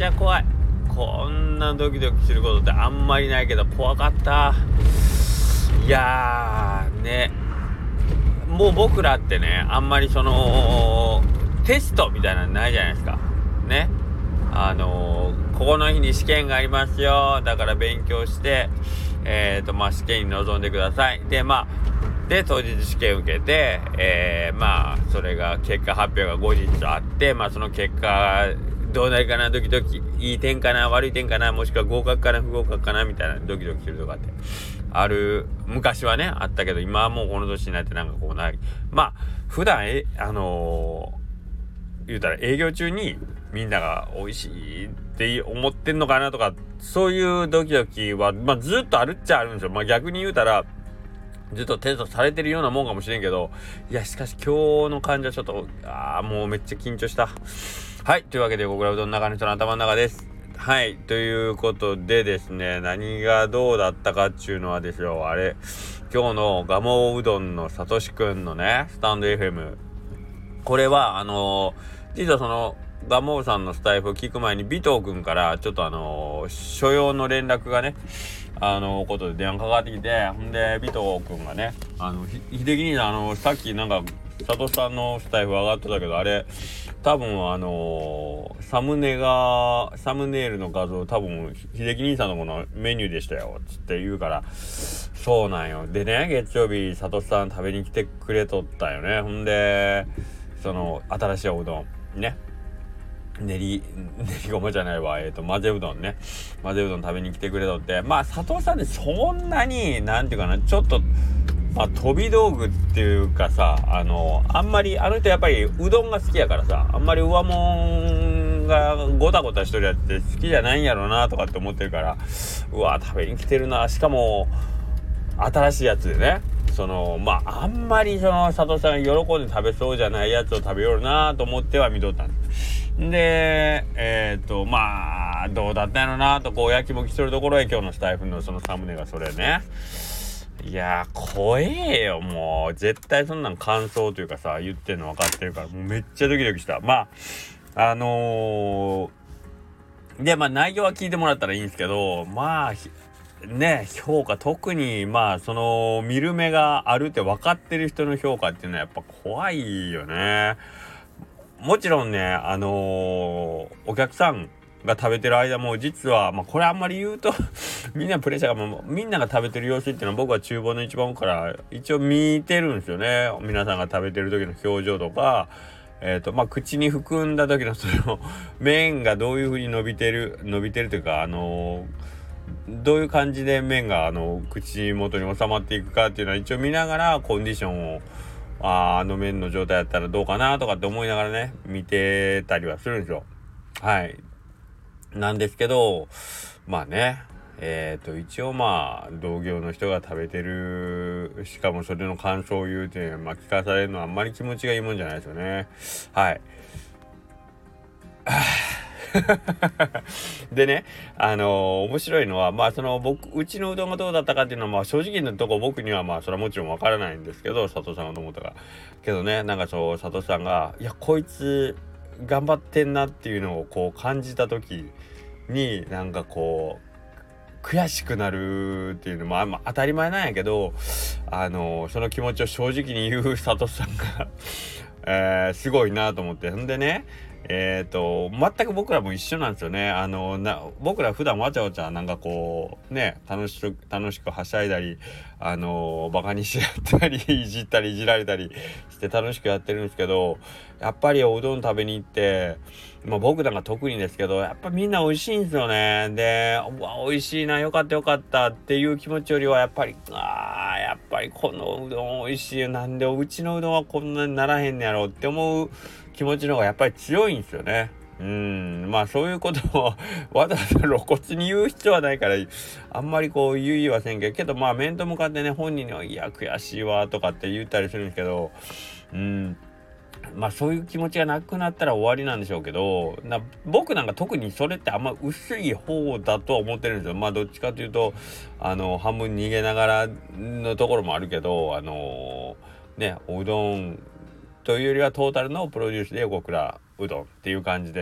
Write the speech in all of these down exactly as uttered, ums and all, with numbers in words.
ちゃ怖い。こんなドキドキすることってあんまりないけど怖かった。いやーね、もう僕らってね、あんまりそのテストみたいなのないじゃないですかね。あのー、ここの日に試験がありますよ、だから勉強してえーとまあ試験に臨んでください。でまあで当日試験受けて、えー、まあそれが結果発表が後日あって、まあその結果どうなるかな、ドキドキ、いい点かな悪い点かな、もしくは合格かな不合格かなみたいなドキドキするとかってある、昔はねあったけど、今はもうこの年になってなんかこうない、まあ普段えあのー、言うたら営業中にみんなが美味しいって思ってんのかなとか、そういうドキドキは、まあ、ずっとあるっちゃあるんですよ。まあ逆に言うたらずっとテストされてるようなもんかもしれんけど、いやしかし今日の感じはちょっとあーもうめっちゃ緊張した。はい、というわけで極楽うどんの中の人の頭の中です。はい、ということでですね、何がどうだったかっていうのはですよ、あれ今日のガモうどんのさとしくんのねスタンド エフエム、 これはあのー、実はそのガモウさんのスタイフを聞く前に尾藤くんからちょっとあのー、所要の連絡がねあのー、ことで電話かかってきて、ほんで尾藤くんがねあのひ秀樹にあのー、さっきなんか佐藤さんのスタイフ上がってたけど、あれ多分あのー、サムネがサムネイルの画像多分秀樹兄さんのこのメニューでしたよつって言うから、そうなんよ。でね月曜日佐藤さん食べに来てくれとったよね。ほんでその新しいおうどんね、練り練りごまじゃないわ、えーと混ぜうどんね、混ぜうどん食べに来てくれとって、まあ佐藤さんってそんなになんていうかな、ちょっとまあ飛び道具っていうかさ、あのあんまりあの人やっぱりうどんが好きやからさ、あんまり上もんがゴタゴタしとるやつって好きじゃないんやろうなとかって思ってるから、うわ食べに来てるな、しかも新しいやつでね、そのまああんまりその佐藤さんが喜んで食べそうじゃないやつを食べよるなと思っては見とったんです。でえっ、ー、とまあどうだったんやろなとこうやきもきするところへ今日のスタイフのそのサムネがそれね。いやー怖えよ、もう絶対そんなん感想というかさ言ってんの分かってるから、もうめっちゃドキドキした。まああのー、でまあ内容は聞いてもらったらいいんですけど、まあね評価、特にまあその見る目があるって分かってる人の評価っていうのはやっぱ怖いよね。もちろんねあのー、お客さんが食べてる間も実はまあこれあんまり言うとみんなプレッシャーがもうみんなが食べてる様子っていうのは僕は厨房の一番奥から一応見てるんですよね。皆さんが食べてる時の表情とか、えーとまあ、口に含んだ時のその麺がどういう風に伸びてる伸びてるというか、あのー、どういう感じで麺があの口元に収まっていくかっていうのは一応見ながらコンディションをあ, あの麺の状態やったらどうかなとかって思いながらね見てたりはするんですよ。はいなんですけど、まあねえーと一応まあ同業の人が食べてる、しかもそれの感想を言うて、ね、まあ聞かされるのはあんまり気持ちがいいもんじゃないですよね。はいでねあのー、面白いのはまあその僕うちのうどんがどうだったかっていうのはまあ正直なとこ僕にはまあそれはもちろんわからないんですけど、佐藤さんがどう思ったかけどね、なんかそう佐藤さんがいやこいつ頑張ってんなっていうのをこう感じた時になんかこう悔しくなるっていうのも、まあ、まあ当たり前なんやけど、あのー、その気持ちを正直に言う佐藤さんが、えー、すごいなと思って。んでねえーと全く僕らも一緒なんですよね。あのな僕ら普段わちゃわちゃなんかこうね楽しく楽しくはしゃいだりあのバカにし合ったりいじったりいじられたりして楽しくやってるんですけど、やっぱりおうどん食べに行ってまあ僕なんか特にですけど、やっぱみんな美味しいんですよね。でうわ美味しいな、よかったよかったっていう気持ちよりはやっぱりあーやっぱりこのうどん美味しいよ、なんでうちのうどんはこんなにならへんねやろって思う気持ちの方がやっぱり強いんですよね。うーんまあそういうことをわざわざ露骨に言う必要はないからあんまりこう言いはせんけど、けどまあ面と向かってね本人にはいや悔しいわとかって言ったりするんですけど、うーんまあそういう気持ちがなくなったら終わりなんでしょうけど、な僕なんか特にそれってあんま薄い方だとは思ってるんですよ。まあどっちかというとあの半分逃げながらのところもあるけど、あのー、ねおうどんというよりはトータルのプロデュースで横倉うどんっていう感じで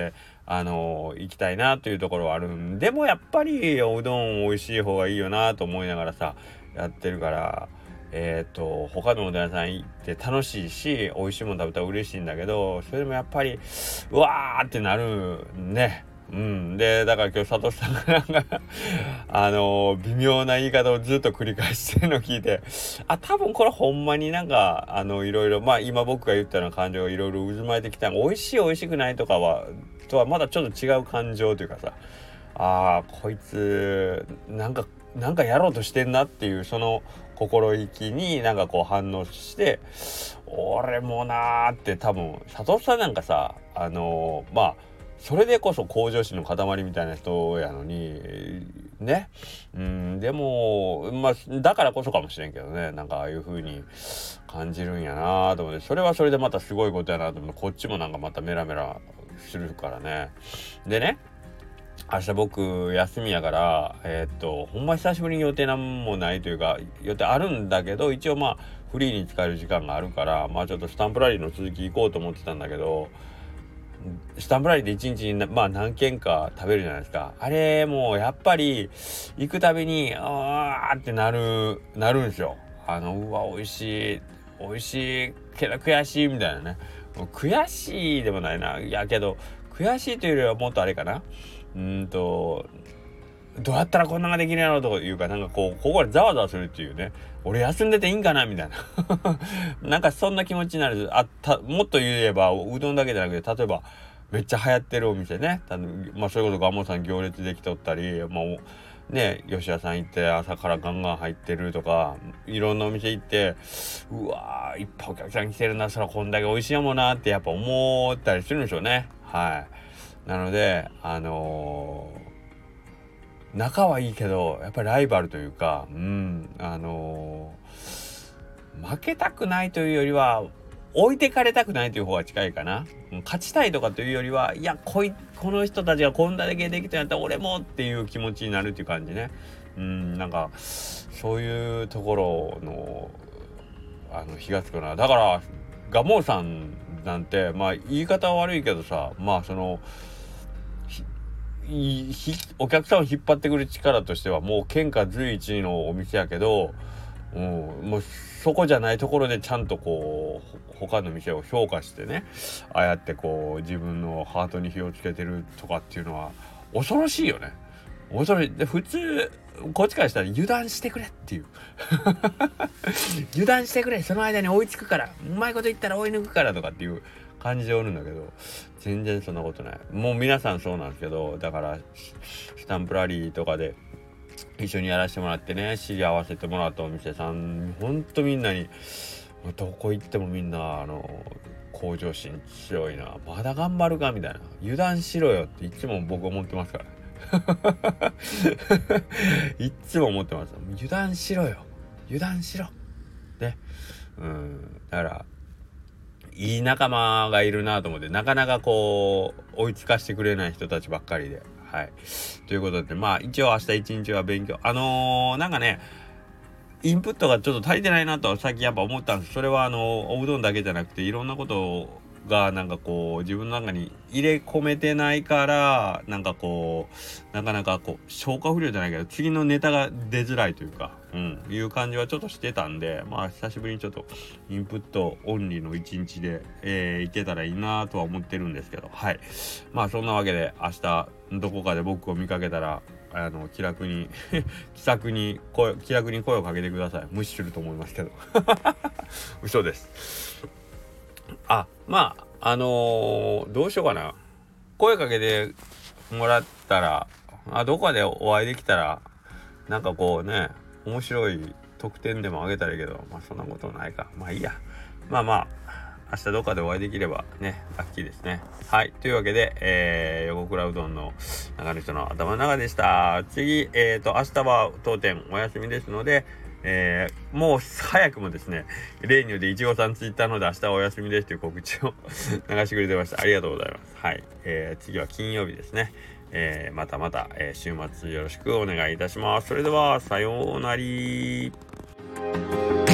あのー、行きたいなというところはあるんでもやっぱりおうどん美味しい方がいいよなと思いながらさやってるから、えっと他のおうどん屋さん行って楽しいし美味しいもの食べたら嬉しいんだけど、それでもやっぱりうわーってなるね。うん、でだから今日佐藤さんがなんかあのー、微妙な言い方をずっと繰り返してるのを聞いて、あ多分これほんまになんかあのいろいろまあ今僕が言ったような感情がいろいろ渦巻いてきた。美味しい美味しくないとかはとはまだちょっと違う感情というかさ、あーこいつなんかなんかやろうとしてんなっていうその心意気になんかこう反応して、俺もなーって多分佐藤さんなんかさあのー、まあそれでこそ向上心の塊みたいな人やのにね、うんでもまあだからこそかもしれんけどね、なんかああいう風に感じるんやなと思って、それはそれでまたすごいことやなと思って、こっちもなんかまたメラメラするからね。でね、明日僕休みやからえー、っとほんま久しぶりに予定なんもないというか予定あるんだけど、一応まあフリーに使える時間があるからまあちょっとスタンプラリーの続き行こうと思ってたんだけど、スタンプラリーで一日にまあ何軒か食べるじゃないですか。あれもうやっぱり行くたびにあーってなるなるんですよ。あのうわ美味しい美味しいけど悔しいみたいなね。もう悔しいでもないな、いやけど悔しいというよりはもっとあれかな、うーんとどうやったらこんなができるやろうというか、なんかこうここでざわざわするっていうね、俺休んでていいんかなみたいななんかそんな気持ちになる。あったもっと言えばうどんだけじゃなくて、例えばめっちゃ流行ってるお店ね、まあそれこそガモさん行列できとったり、まあね吉屋さん行って朝からガンガン入ってるとか、いろんなお店行ってうわーいっぱいお客さん来てるな、そらこんだけ美味しいやもんなってやっぱ思ったりするんでしょうね。はい。なのであのー仲はいいけどやっぱりライバルというか、うんあのー、負けたくないというよりは置いてかれたくないという方が近いかな。勝ちたいとかというよりは、いやこいこの人たちがこんだけできたんやったら俺もっていう気持ちになるっていう感じね。うんなんかそういうところのあの火がつくな。だからガモーさんなんてまあ言い方は悪いけどさ、まあそのお客さんを引っ張ってくる力としてはもう県下随一のお店やけど、うん、もうそこじゃないところでちゃんとこう他の店を評価してね、ああやってこう自分のハートに火をつけてるとかっていうのは恐ろしいよね。恐ろしい。で普通こっちからしたら油断してくれっていう油断してくれ、その間に追いつくから、うまいこと言ったら追い抜くからとかっていう感じでおるんだけど、全然そんなことない。もう皆さんそうなんですけど、だからスタンプラリーとかで一緒にやらせてもらってね、知り合わせてもらったお店さんほんとみんなにどこ行ってもみんなあの向上心強いな、まだ頑張るかみたいな、油断しろよっていつも僕思ってますからねいつも思ってます。油断しろよ油断しろね。うんだからいい仲間がいるなと思って、なかなかこう追いつかしてくれない人たちばっかりで、はいということでまあ一応明日一日は勉強、あのー、なんかねインプットがちょっと足りてないなと最近やっぱ思ったんです。それはあのおうどんだけじゃなくていろんなことがなんかこう自分の中に入れ込めてないから、なんかこうなかなかこう消化不良じゃないけど次のネタが出づらいというか、うんいう感じはちょっとしてたんで、まあ久しぶりにちょっとインプットオンリーの一日で、えー、いけたらいいなとは思ってるんですけど、はいまあそんなわけで明日どこかで僕を見かけたらあの気楽に気さくに声気楽に声をかけてください。無視すると思いますけど嘘です。あまああのー、どうしようかな、声かけてもらったらあどこかでお会いできたらなんかこうね面白い特典でもあげたらいいけど、まあそんなことないか、まあいいや、まあまあ明日どっかでお会いできればねラッキーですね。はいというわけで、えー、横倉うどんの中の人の頭の中でした。次えーと明日は当店お休みですので、えー、もう早くもですね例によっていちごさんツイッターので明日はお休みですという告知を流してくれてました。ありがとうございます。はい、えー、次は金曜日ですね。えー、またまた、えー、週末よろしくお願いいたします。それではさようなら。